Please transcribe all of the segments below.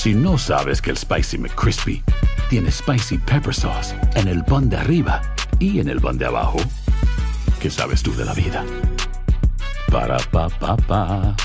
Si no sabes que el Spicy McCrispy tiene Spicy Pepper Sauce en el pan de arriba y en el pan de abajo, ¿qué sabes tú de la vida? Para, pa, pa, pa.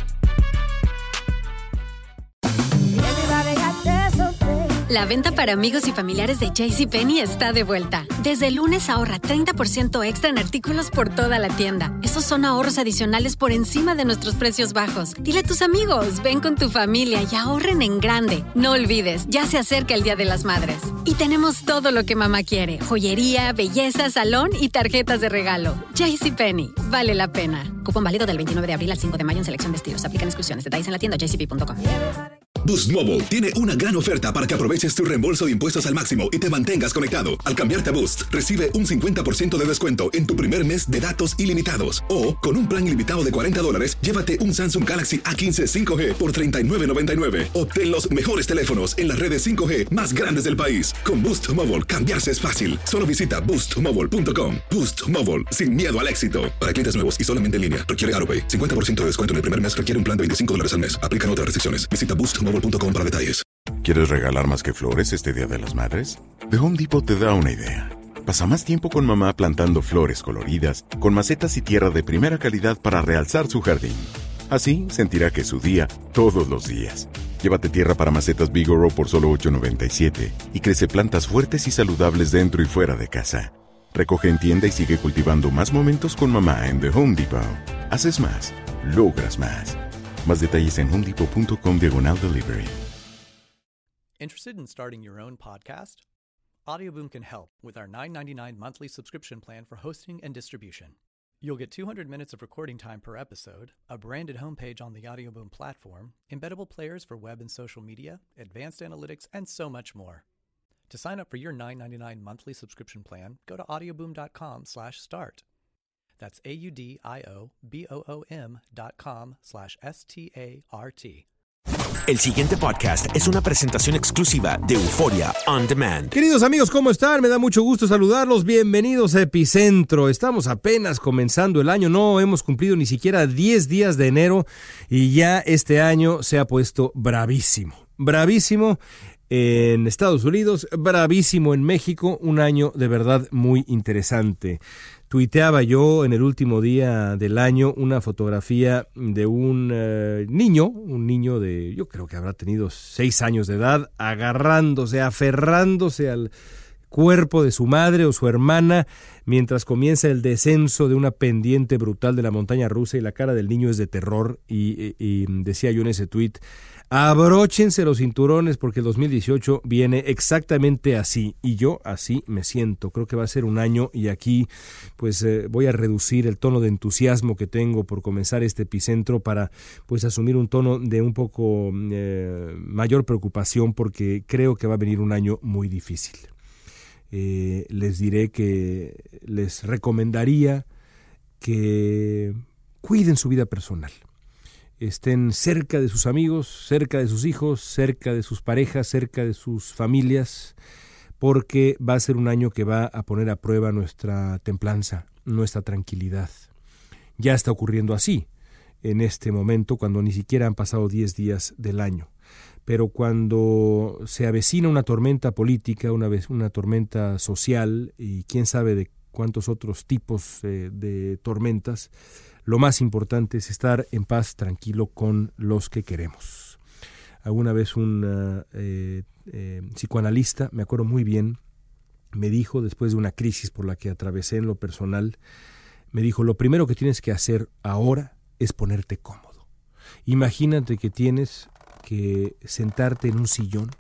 La venta para amigos y familiares de JCPenney está de vuelta. Desde el lunes ahorra 30% extra en artículos por toda la tienda. Esos son ahorros adicionales por encima de nuestros precios bajos. Dile a tus amigos, ven con tu familia y ahorren en grande. No olvides, ya se acerca el Día de las Madres. Y tenemos todo lo que mamá quiere. Joyería, belleza, salón y tarjetas de regalo. JCPenney, vale la pena. Cupón válido del 29 de abril al 5 de mayo en selección de estilos. Aplican exclusiones. Detalles en la tienda jcp.com. Boost Mobile tiene una gran oferta para que aproveches tu reembolso de impuestos al máximo y te mantengas conectado. Al cambiarte a Boost, recibe un 50% de descuento en tu primer mes de datos ilimitados. O, con un plan ilimitado de $40, llévate un Samsung Galaxy A15 5G por $39.99. Obtén los mejores teléfonos en las redes 5G más grandes del país. Con Boost Mobile, cambiarse es fácil. Solo visita boostmobile.com. Boost Mobile, sin miedo al éxito. Para clientes nuevos y solamente en línea, requiere AroPay. 50% de descuento en el primer mes requiere un plan de $25 al mes. Aplican otras restricciones. Visita boostmobile.com para detalles. ¿Quieres regalar más que flores este Día de las Madres? The Home Depot te da una idea. Pasa más tiempo con mamá plantando flores coloridas, con macetas y tierra de primera calidad para realzar su jardín. Así sentirá que es su día todos los días. Llévate tierra para macetas Bigoro por solo $8.97 y crece plantas fuertes y saludables dentro y fuera de casa. Recoge en tienda y sigue cultivando más momentos con mamá en The Home Depot. Haces más, logras más. Más detalles en homedepot.com/delivery. Interested in starting your own podcast? Audioboom can help with our $9.99 monthly subscription plan for hosting and distribution. You'll get 200 minutes of recording time per episode, a branded homepage on the Audioboom platform, embeddable players for web and social media, advanced analytics, and so much more. To sign up for your $9.99 monthly subscription plan, go to audioboom.com/start. That's audioboom.com/START. El siguiente podcast es una presentación exclusiva de Euphoria On Demand. Queridos amigos, ¿cómo están? Me da mucho gusto saludarlos. Bienvenidos a Epicentro. Estamos apenas comenzando el año. No hemos cumplido ni siquiera 10 días de enero y ya este año se ha puesto bravísimo. Bravísimo en Estados Unidos, bravísimo en México. Un año de verdad muy interesante. Tuiteaba yo en el último día del año una fotografía de un niño de, yo creo que habrá tenido 6 años de edad, aferrándose al cuerpo de su madre o su hermana mientras comienza el descenso de una pendiente brutal de la montaña rusa, y la cara del niño es de terror y decía yo en ese tuit: abróchense los cinturones porque el 2018 viene exactamente así, y yo así me siento. Creo que va a ser un año, y aquí pues voy a reducir el tono de entusiasmo que tengo por comenzar este Epicentro para pues asumir un tono de un poco mayor preocupación, porque creo que va a venir un año muy difícil. Les diré que les recomendaría que cuiden su vida personal. Estén cerca de sus amigos, cerca de sus hijos, cerca de sus parejas, cerca de sus familias, porque va a ser un año que va a poner a prueba nuestra templanza, nuestra tranquilidad. Ya está ocurriendo así en este momento, cuando ni siquiera han pasado 10 días del año. Pero cuando se avecina una tormenta política, una tormenta social, y quién sabe de cuántos otros tipos de tormentas, lo más importante es estar en paz, tranquilo con los que queremos. Alguna vez un psicoanalista, me acuerdo muy bien, me dijo, después de una crisis por la que atravesé en lo personal, me dijo: lo primero que tienes que hacer ahora es ponerte cómodo. Imagínate que tienes que sentarte en un sillón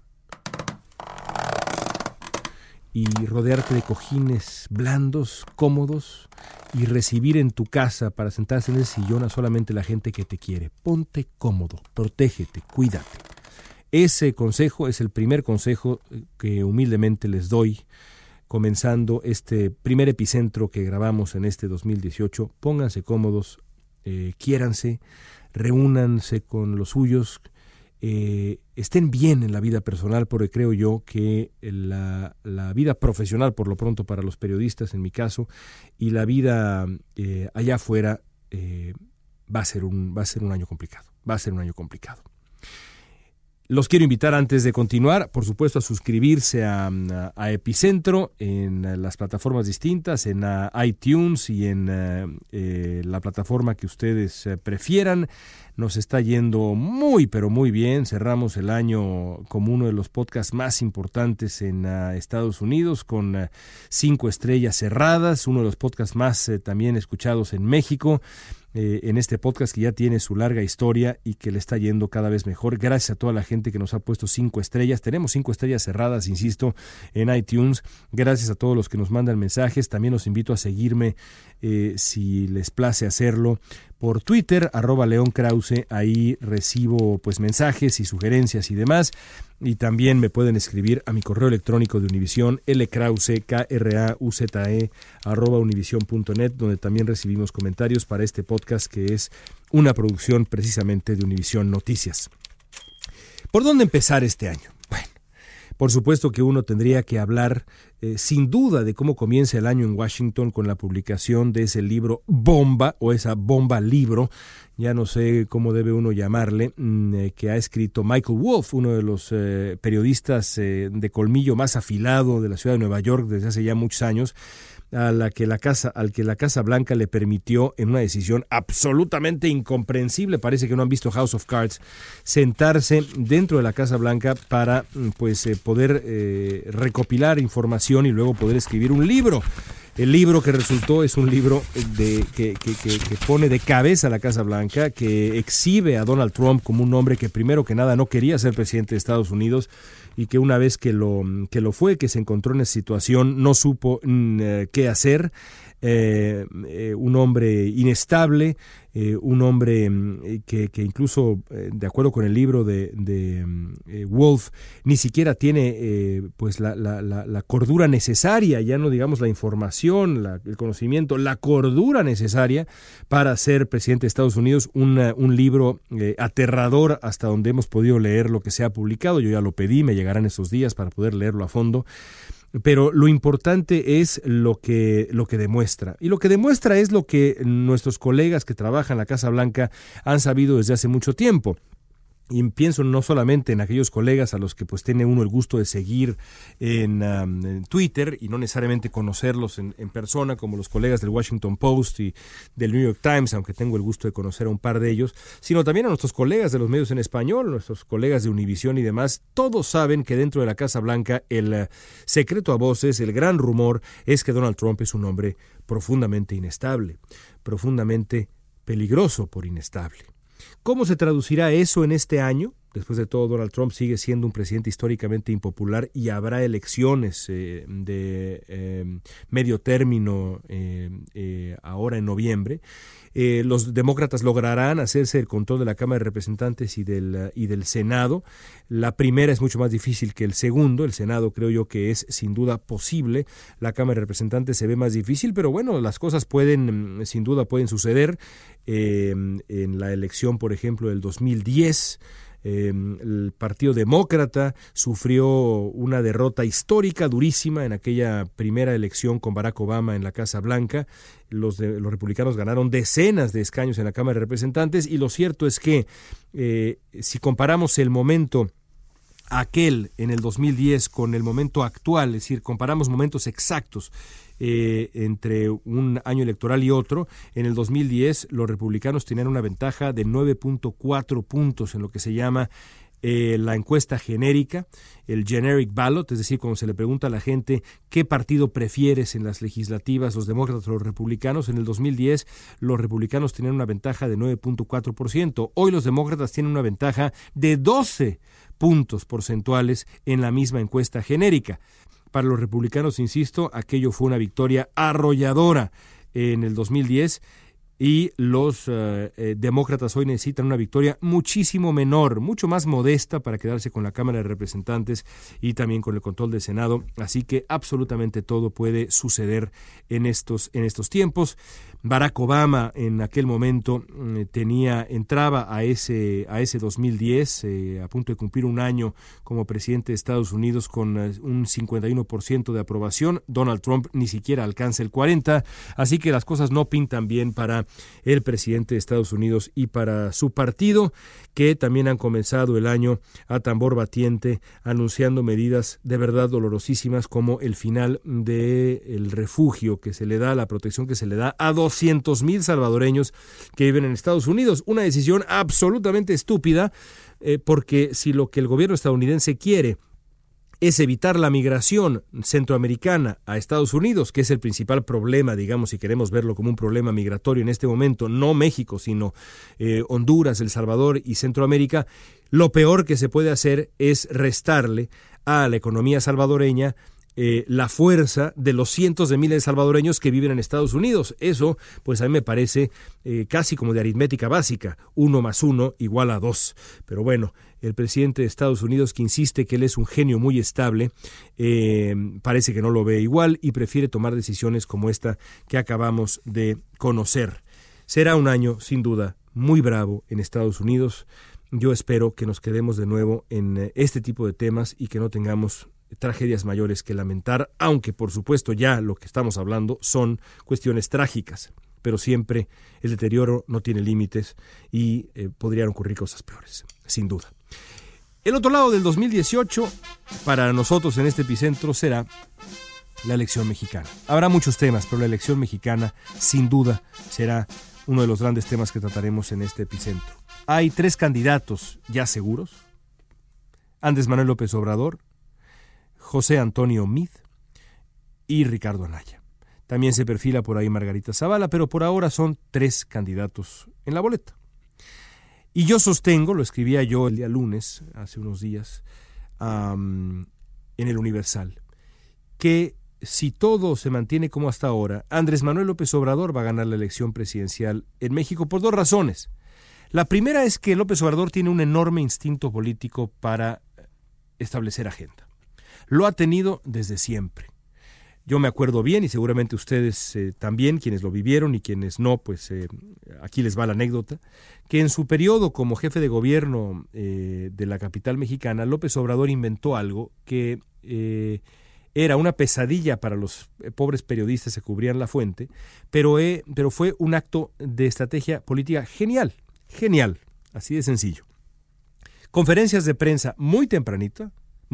y rodearte de cojines blandos, cómodos, y recibir en tu casa, para sentarse en el sillón, a solamente la gente que te quiere. Ponte cómodo, protégete, cuídate. Ese consejo es el primer consejo que humildemente les doy, comenzando este primer Epicentro que grabamos en este 2018. Pónganse cómodos, quiéranse, reúnanse con los suyos, estén bien en la vida personal, porque creo yo que la vida profesional, por lo pronto para los periodistas en mi caso, y la vida allá afuera va a ser un año complicado. Los quiero invitar antes de continuar, por supuesto, a suscribirse a Epicentro en las plataformas distintas, en iTunes y en la plataforma que ustedes prefieran. Nos está yendo muy, pero muy bien. Cerramos el año como uno de los podcasts más importantes en Estados Unidos, con 5 estrellas cerradas, uno de los podcasts más también escuchados en México. En este podcast que ya tiene su larga historia y que le está yendo cada vez mejor, gracias a toda la gente que nos ha puesto 5 estrellas. Tenemos 5 estrellas cerradas, insisto, en iTunes. Gracias a todos los que nos mandan mensajes. También los invito a seguirme, si les place hacerlo, por Twitter, @LeonKrause. Ahí recibo pues mensajes y sugerencias y demás. Y también me pueden escribir a mi correo electrónico de Univision, lkrause, krauze, @univision.net, donde también recibimos comentarios para este podcast, que es una producción precisamente de Univision Noticias. ¿Por dónde empezar este año? Bueno, por supuesto que uno tendría que hablar sin duda de cómo comienza el año en Washington con la publicación de ese libro bomba, o esa bomba libro, ya no sé cómo debe uno llamarle, que ha escrito Michael Wolff, uno de los periodistas de colmillo más afilado de la ciudad de Nueva York desde hace ya muchos años, al que la Casa Blanca le permitió, en una decisión absolutamente incomprensible, parece que no han visto House of Cards, sentarse dentro de la Casa Blanca para poder recopilar información y luego poder escribir un libro. El libro que resultó es un libro que pone de cabeza a la Casa Blanca, que exhibe a Donald Trump como un hombre que primero que nada no quería ser presidente de Estados Unidos, y que una vez que lo fue, que se encontró en esa situación, no supo qué hacer. Un hombre inestable, un hombre que incluso, de acuerdo con el libro de Wolff, ni siquiera tiene pues la cordura necesaria, ya no digamos la información, el conocimiento, la cordura necesaria para ser presidente de Estados Unidos. Un libro aterrador hasta donde hemos podido leer lo que se ha publicado. Yo ya lo pedí, me llegarán estos días para poder leerlo a fondo. Pero lo importante es lo que demuestra. Y lo que demuestra es lo que nuestros colegas que trabajan en la Casa Blanca han sabido desde hace mucho tiempo. Y pienso no solamente en aquellos colegas a los que pues tiene uno el gusto de seguir en Twitter y no necesariamente conocerlos en persona, como los colegas del Washington Post y del New York Times, aunque tengo el gusto de conocer a un par de ellos, sino también a nuestros colegas de los medios en español, nuestros colegas de Univision y demás. Todos saben que dentro de la Casa Blanca el secreto a voces, el gran rumor, es que Donald Trump es un hombre profundamente inestable, profundamente peligroso por inestable. ¿Cómo se traducirá eso en este año? Después de todo, Donald Trump sigue siendo un presidente históricamente impopular y habrá elecciones de medio término ahora en noviembre. Los demócratas lograrán hacerse el control de la Cámara de Representantes y del Senado. La primera es mucho más difícil que el segundo. El Senado creo yo que es sin duda posible. La Cámara de Representantes se ve más difícil, pero bueno, las cosas sin duda pueden suceder. En la elección, por ejemplo, del 2010, el Partido Demócrata sufrió una derrota histórica, durísima, en aquella primera elección con Barack Obama en la Casa Blanca. Los republicanos ganaron decenas de escaños en la Cámara de Representantes, y lo cierto es que si comparamos el momento aquel en el 2010 con el momento actual, es decir, comparamos momentos exactos entre un año electoral y otro, en el 2010 los republicanos tenían una ventaja de 9.4 puntos en lo que se llama la encuesta genérica, el generic ballot, es decir, cuando se le pregunta a la gente qué partido prefieres en las legislativas, los demócratas o los republicanos. En el 2010 los republicanos tenían una ventaja de 9.4%. Hoy los demócratas tienen una ventaja de 12 puntos porcentuales en la misma encuesta genérica. Para los republicanos, insisto, aquello fue una victoria arrolladora en el 2010, y los demócratas hoy necesitan una victoria muchísimo menor, mucho más modesta, para quedarse con la Cámara de Representantes y también con el control del Senado. Así que absolutamente todo puede suceder en estos tiempos. Barack Obama en aquel momento entraba a ese 2010 a punto de cumplir un año como presidente de Estados Unidos con un 51% de aprobación. Donald Trump ni siquiera alcanza el 40%, así que las cosas no pintan bien para el presidente de Estados Unidos y para su partido, que también han comenzado el año a tambor batiente anunciando medidas de verdad dolorosísimas como el final del refugio que se le da, la protección que se le da a 200,000 salvadoreños que viven en Estados Unidos. Una decisión absolutamente estúpida, porque si lo que el gobierno estadounidense quiere es evitar la migración centroamericana a Estados Unidos, que es el principal problema, digamos, si queremos verlo como un problema migratorio en este momento, no México, sino Honduras, El Salvador y Centroamérica, lo peor que se puede hacer es restarle a la economía salvadoreña la fuerza de los cientos de miles de salvadoreños que viven en Estados Unidos. Eso, pues a mí me parece casi como de aritmética básica, 1 más 1 igual a 2. Pero bueno, el presidente de Estados Unidos, que insiste que él es un genio muy estable, parece que no lo ve igual y prefiere tomar decisiones como esta que acabamos de conocer. Será un año, sin duda, muy bravo en Estados Unidos. Yo espero que nos quedemos de nuevo en este tipo de temas y que no tengamos tragedias mayores que lamentar, aunque por supuesto ya lo que estamos hablando son cuestiones trágicas, pero siempre el deterioro no tiene límites y podrían ocurrir cosas peores, sin duda. El otro lado del 2018, para nosotros en este epicentro, será la elección mexicana. Habrá muchos temas, pero la elección mexicana, sin duda, será uno de los grandes temas que trataremos en este epicentro. Hay 3 candidatos ya seguros: Andrés Manuel López Obrador, José Antonio Meade y Ricardo Anaya. También se perfila por ahí Margarita Zavala, pero por ahora son 3 candidatos en la boleta. Y yo sostengo, lo escribía yo el día lunes, hace unos días, en el Universal, que si todo se mantiene como hasta ahora, Andrés Manuel López Obrador va a ganar la elección presidencial en México por 2 razones. La primera es que López Obrador tiene un enorme instinto político para establecer agenda. Lo ha tenido desde siempre. Yo me acuerdo bien, y seguramente ustedes también, quienes lo vivieron y quienes no, pues aquí les va la anécdota, que en su periodo como jefe de gobierno de la capital mexicana, López Obrador inventó algo que era una pesadilla para los pobres periodistas que cubrían la fuente, pero fue un acto de estrategia política genial, así de sencillo. Conferencias de prensa muy tempranitas,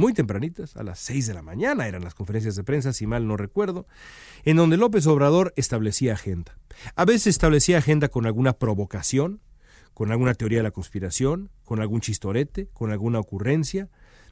a las 6 de la mañana eran las conferencias de prensa, si mal no recuerdo, en donde López Obrador establecía agenda. A veces establecía agenda con alguna provocación, con alguna teoría de la conspiración, con algún chistorete, con alguna ocurrencia,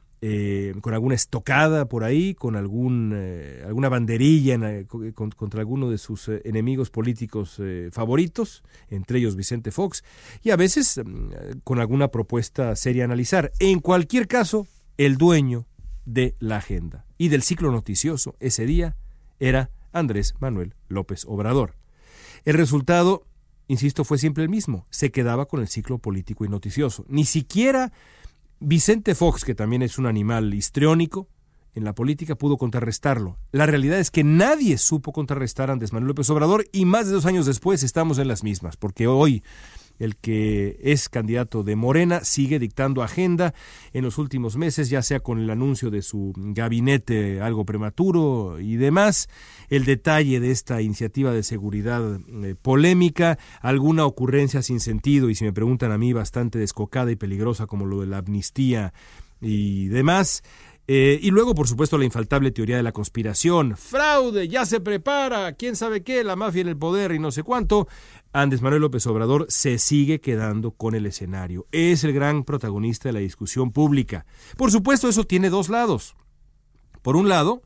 con alguna estocada por ahí, con alguna banderilla contra alguno de sus enemigos políticos favoritos, entre ellos Vicente Fox, y a veces con alguna propuesta seria a analizar. En cualquier caso, el dueño de la agenda y del ciclo noticioso ese día era Andrés Manuel López Obrador. El resultado, insisto, fue siempre el mismo: se quedaba con el ciclo político y noticioso. Ni siquiera Vicente Fox, que también es un animal histriónico en la política, pudo contrarrestarlo. La realidad es que nadie supo contrarrestar a Andrés Manuel López Obrador, y más de 2 años después estamos en las mismas, porque hoy el que es candidato de Morena sigue dictando agenda en los últimos meses, ya sea con el anuncio de su gabinete algo prematuro y demás, el detalle de esta iniciativa de seguridad polémica, alguna ocurrencia sin sentido y, si me preguntan a mí, bastante descocada y peligrosa, como lo de la amnistía y demás. Y luego, por supuesto, la infaltable teoría de la conspiración. ¡Fraude! ¡Ya se prepara! ¿Quién sabe qué? La mafia en el poder y no sé cuánto. Andrés Manuel López Obrador se sigue quedando con el escenario. Es el gran protagonista de la discusión pública. Por supuesto, eso tiene 2 lados. Por un lado,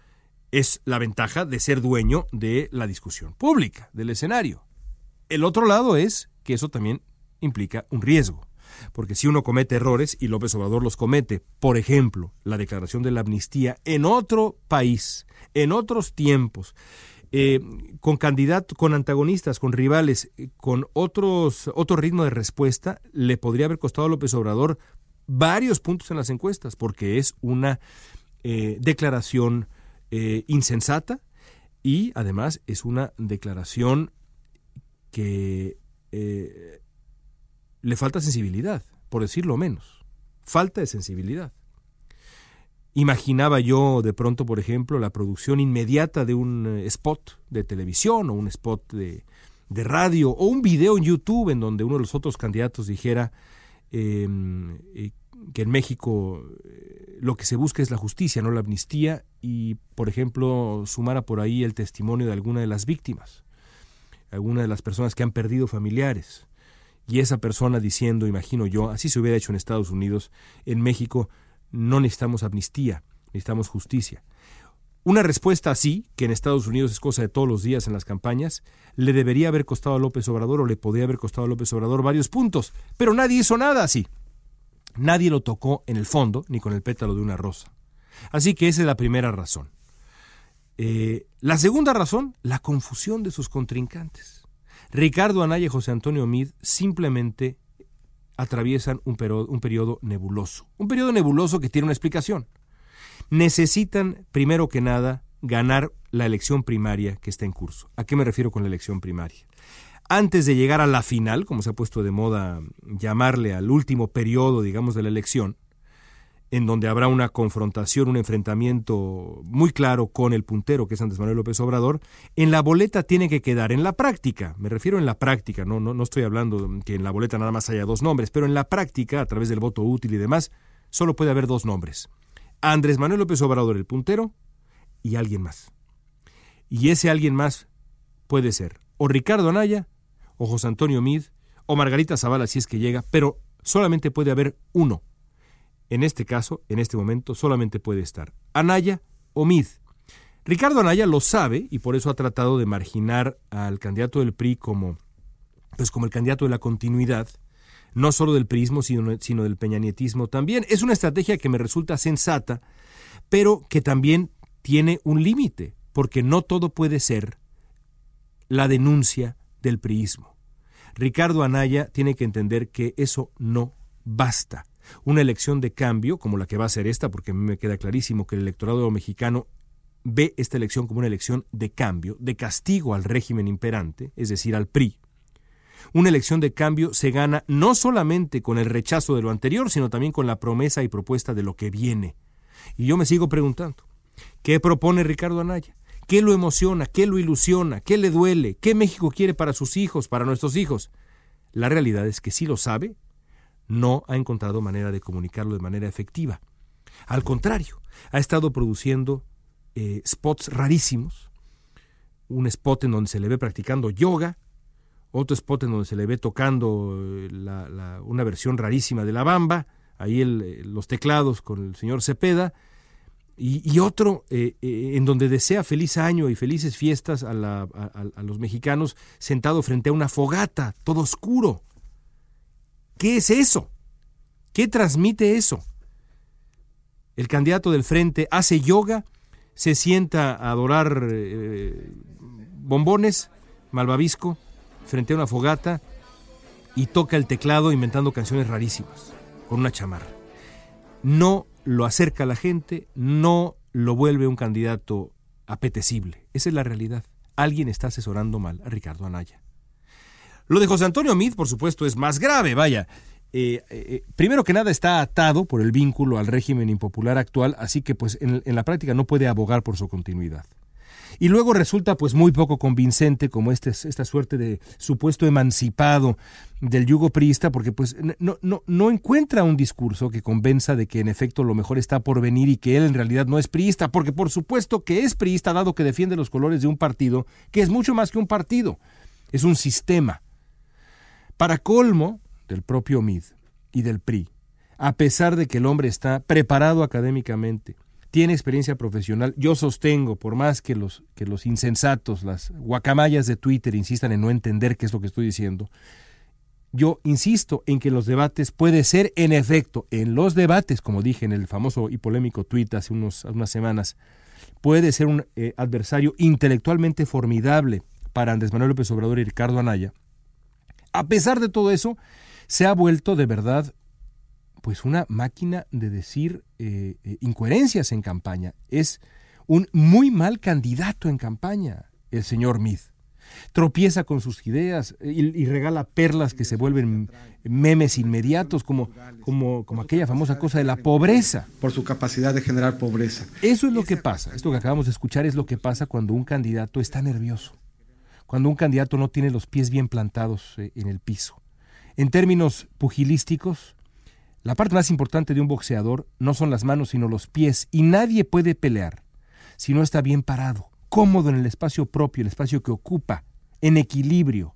es la ventaja de ser dueño de la discusión pública, del escenario. El otro lado es que eso también implica un riesgo. Porque si uno comete errores, y López Obrador los comete, por ejemplo, la declaración de la amnistía en otro país, en otros tiempos, con antagonistas, con rivales, con otro ritmo de respuesta, le podría haber costado a López Obrador varios puntos en las encuestas, porque es una declaración insensata, y además es una declaración que le falta sensibilidad, por decirlo menos. Falta de sensibilidad. Imaginaba yo de pronto, por ejemplo, la producción inmediata de un spot de televisión o un spot de radio o un video en YouTube en donde uno de los otros candidatos dijera que en México lo que se busca es la justicia, no la amnistía, y, por ejemplo, sumara por ahí el testimonio de alguna de las víctimas, alguna de las personas que han perdido familiares, y esa persona diciendo, imagino yo, así se hubiera hecho en Estados Unidos, en México no necesitamos amnistía, necesitamos justicia. Una respuesta así, que en Estados Unidos es cosa de todos los días en las campañas, le debería haber costado a López Obrador, o le podría haber costado a López Obrador varios puntos, pero nadie hizo nada así. Nadie lo tocó en el fondo, ni con el pétalo de una rosa. Así que esa es la primera razón. La segunda razón, la confusión de sus contrincantes. Ricardo Anaya y José Antonio Meade simplemente atraviesan un periodo nebuloso. Un periodo nebuloso que tiene una explicación. Necesitan, primero que nada, ganar la elección primaria que está en curso. ¿A qué me refiero con la elección primaria? Antes de llegar a la final, como se ha puesto de moda llamarle al último periodo, digamos, de la elección, en donde habrá una confrontación, un enfrentamiento muy claro con el puntero, que es Andrés Manuel López Obrador, en la boleta tiene que quedar, en la práctica, me refiero en la práctica, no estoy hablando que en la boleta nada más haya dos nombres, pero en la práctica, a través del voto útil y demás, solo puede haber dos nombres. Andrés Manuel López Obrador, el puntero, y alguien más. Y ese alguien más puede ser o Ricardo Anaya, o José Antonio Meade, o Margarita Zavala si es que llega, pero solamente puede haber uno. En este caso, en este momento, solamente puede estar Anaya o Meade. Ricardo Anaya lo sabe y por eso ha tratado de marginar al candidato del PRI como el candidato de la continuidad, no solo del priismo, sino del peñanietismo también. Es una estrategia que me resulta sensata, pero que también tiene un límite, porque no todo puede ser la denuncia del priismo. Ricardo Anaya tiene que entender que eso no basta. Una elección de cambio, como la que va a ser esta, porque a mí me queda clarísimo que el electorado mexicano ve esta elección como una elección de cambio, de castigo al régimen imperante, es decir, al PRI. Una elección de cambio se gana no solamente con el rechazo de lo anterior, sino también con la promesa y propuesta de lo que viene. Y yo me sigo preguntando, ¿qué propone Ricardo Anaya? ¿Qué lo emociona? ¿Qué lo ilusiona? ¿Qué le duele? ¿Qué México quiere para sus hijos, para nuestros hijos? La realidad es que sí lo sabe, no ha encontrado manera de comunicarlo de manera efectiva. Al contrario, ha estado produciendo spots rarísimos. Un spot en donde se le ve practicando yoga, otro spot en donde se le ve tocando una versión rarísima de La Bamba, ahí los teclados con el señor Cepeda, y otro en donde desea feliz año y felices fiestas a los mexicanos sentado frente a una fogata, todo oscuro. ¿Qué es eso? ¿Qué transmite eso? El candidato del frente hace yoga, se sienta a adorar bombones, malvavisco, frente a una fogata y toca el teclado inventando canciones rarísimas, con una chamarra. No lo acerca a la gente, no lo vuelve un candidato apetecible. Esa es la realidad. Alguien está asesorando mal a Ricardo Anaya. Lo de José Antonio Meade, por supuesto, es más grave, vaya. Primero que nada está atado por el vínculo al régimen impopular actual, así que pues en la práctica no puede abogar por su continuidad. Y luego resulta pues muy poco convincente como esta suerte de supuesto emancipado del yugo priista, porque pues no encuentra un discurso que convenza de que en efecto lo mejor está por venir y que él en realidad no es priista, porque por supuesto que es priista dado que defiende los colores de un partido que es mucho más que un partido, es un sistema. Para colmo del propio Meade y del PRI, a pesar de que el hombre está preparado académicamente, tiene experiencia profesional, yo sostengo, por más que los insensatos, las guacamayas de Twitter insistan en no entender qué es lo que estoy diciendo, yo insisto en que los debates puede ser, en efecto, en los debates, como dije en el famoso y polémico tuit hace unas semanas, puede ser un adversario intelectualmente formidable para Andrés Manuel López Obrador y Ricardo Anaya. A pesar de todo eso, se ha vuelto de verdad pues una máquina de decir incoherencias en campaña. Es un muy mal candidato en campaña, el señor Meade. Tropieza con sus ideas y regala perlas que se vuelven memes inmediatos, como aquella famosa cosa de la pobreza. Por su capacidad de generar pobreza. Eso es lo que pasa. Esto que acabamos de escuchar es lo que pasa cuando un candidato está nervioso. cuando un candidato no tiene los pies bien plantados en el piso. En términos pugilísticos, la parte más importante de un boxeador no son las manos sino los pies, y nadie puede pelear si no está bien parado, cómodo en el espacio propio, el espacio que ocupa, en equilibrio.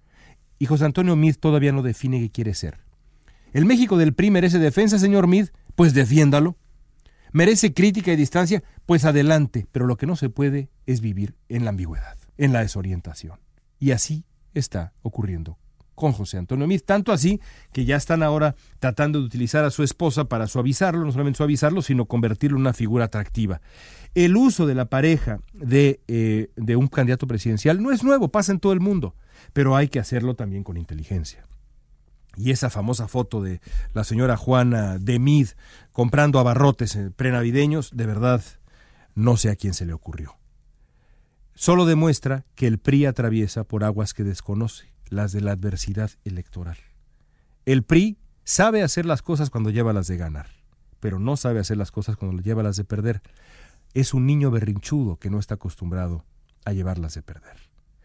Y José Antonio Meade todavía no define qué quiere ser. ¿El México del PRI merece defensa, señor Meade? Pues defiéndalo. ¿Merece crítica y distancia? Pues adelante, pero lo que no se puede es vivir en la ambigüedad, en la desorientación. Y así está ocurriendo con José Antonio Meade, tanto así que ya están ahora tratando de utilizar a su esposa para suavizarlo, no solamente suavizarlo, sino convertirlo en una figura atractiva. El uso de la pareja de un candidato presidencial no es nuevo, pasa en todo el mundo, pero hay que hacerlo también con inteligencia. Y esa famosa foto de la señora Juana de Meade comprando abarrotes prenavideños, de verdad, no sé a quién se le ocurrió. Solo demuestra que el PRI atraviesa por aguas que desconoce, las de la adversidad electoral. El PRI sabe hacer las cosas cuando lleva las de ganar, pero no sabe hacer las cosas cuando lleva las de perder. Es un niño berrinchudo que no está acostumbrado a llevarlas de perder.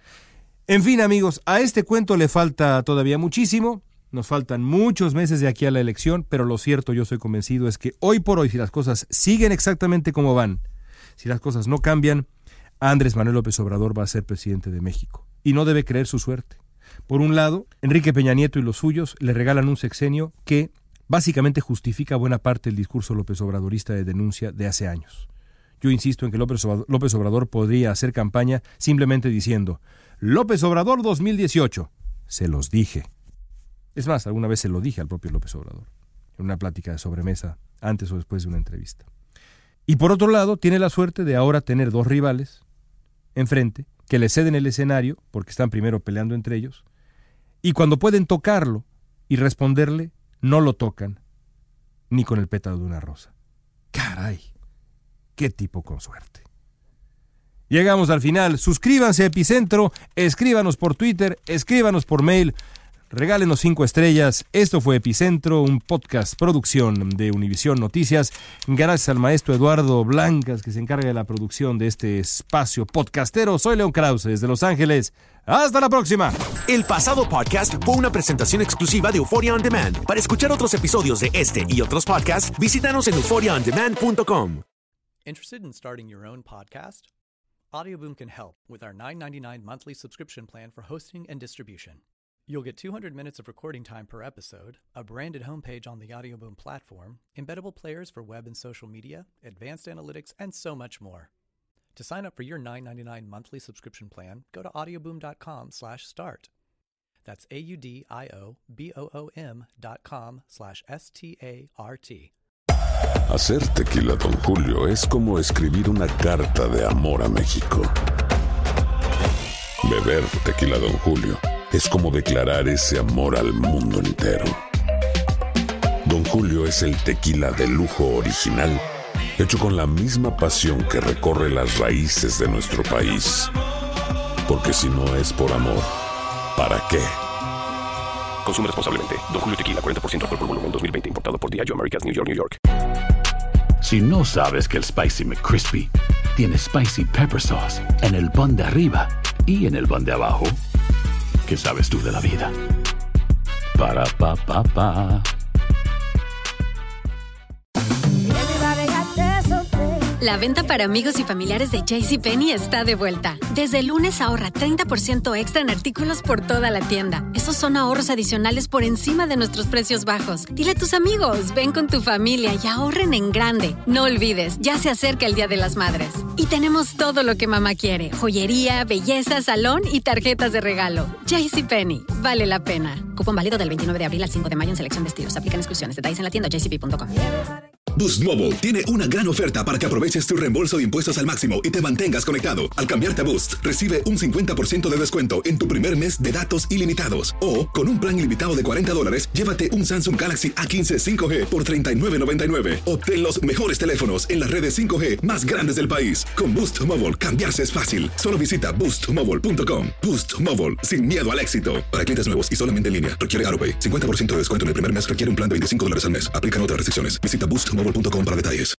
En fin, amigos, a este cuento le falta todavía muchísimo. Nos faltan muchos meses de aquí a la elección, pero lo cierto, yo soy convencido, es que hoy por hoy, si las cosas siguen exactamente como van, si las cosas no cambian, Andrés Manuel López Obrador va a ser presidente de México. Y no debe creer su suerte. Por un lado, Enrique Peña Nieto y los suyos le regalan un sexenio que básicamente justifica buena parte del discurso López Obradorista de denuncia de hace años. Yo insisto en que López Obrador podría hacer campaña simplemente diciendo: López Obrador 2018. Se los dije. Es más, alguna vez se lo dije al propio López Obrador, en una plática de sobremesa, antes o después de una entrevista. Y por otro lado, tiene la suerte de ahora tener dos rivales enfrente, que le ceden el escenario, porque están primero peleando entre ellos, y cuando pueden tocarlo y responderle, no lo tocan, ni con el pétalo de una rosa. ¡Caray! ¡Qué tipo con suerte! Llegamos al final. Suscríbanse a Epicentro, escríbanos por Twitter, escríbanos por mail, regálenos 5 estrellas. Esto fue Epicentro, un podcast producción de Univisión Noticias. Gracias al maestro Eduardo Blancas, que se encarga de la producción de este espacio podcastero. Soy León Krause, desde Los Ángeles. ¡Hasta la próxima! El pasado podcast fue una presentación exclusiva de Euphoria On Demand. Para escuchar otros episodios de este y otros podcasts, visítanos en euphoriaondemand.com. Interested in starting your own podcast? Audioboom can help with our $9.99 monthly subscription plan for hosting and distribution. You'll get 200 minutes of recording time per episode, a branded homepage on the Audioboom platform, embeddable players for web and social media, advanced analytics, and so much more. To sign up for your $9.99 monthly subscription plan, go to audioboom.com/start. That's AUDIOBOOM.com/START. Hacer tequila Don Julio es como escribir una carta de amor a México. Beber tequila Don Julio es como declarar ese amor al mundo entero. Don Julio es el tequila de lujo original, hecho con la misma pasión que recorre las raíces de nuestro país. Porque si no es por amor, ¿para qué? Consume responsablemente. Don Julio Tequila, 40% alcohol por volumen, 2020. Importado por Diageo Americas, New York, New York. Si no sabes que el Spicy McCrispy tiene Spicy Pepper Sauce en el pan de arriba y en el pan de abajo, ¿qué sabes tú de la vida? Para, pa, pa, pa. La venta para amigos y familiares de JCPenney está de vuelta. Desde el lunes ahorra 30% extra en artículos por toda la tienda. Esos son ahorros adicionales por encima de nuestros precios bajos. Dile a tus amigos, ven con tu familia y ahorren en grande. No olvides, ya se acerca el Día de las Madres. Y tenemos todo lo que mamá quiere: joyería, belleza, salón y tarjetas de regalo. JCPenney, vale la pena. Cupón válido del 29 de abril al 5 de mayo en selección de estilos. Aplican exclusiones. Detalles en la tienda jcp.com. Boost Mobile tiene una gran oferta para que aproveches tu reembolso de impuestos al máximo y te mantengas conectado. Al cambiarte a Boost, recibe un 50% de descuento en tu primer mes de datos ilimitados. O, con un plan ilimitado de $40, llévate un Samsung Galaxy A15 5G por $39.99. Obtén los mejores teléfonos en las redes 5G más grandes del país. Con Boost Mobile, cambiarse es fácil. Solo visita boostmobile.com. Boost Mobile, sin miedo al éxito. Para clientes nuevos y solamente en línea, requiere AroPay. 50% de descuento en el primer mes requiere un plan de $25 al mes. Aplican otras restricciones. Visita boostmobile.com para detalles.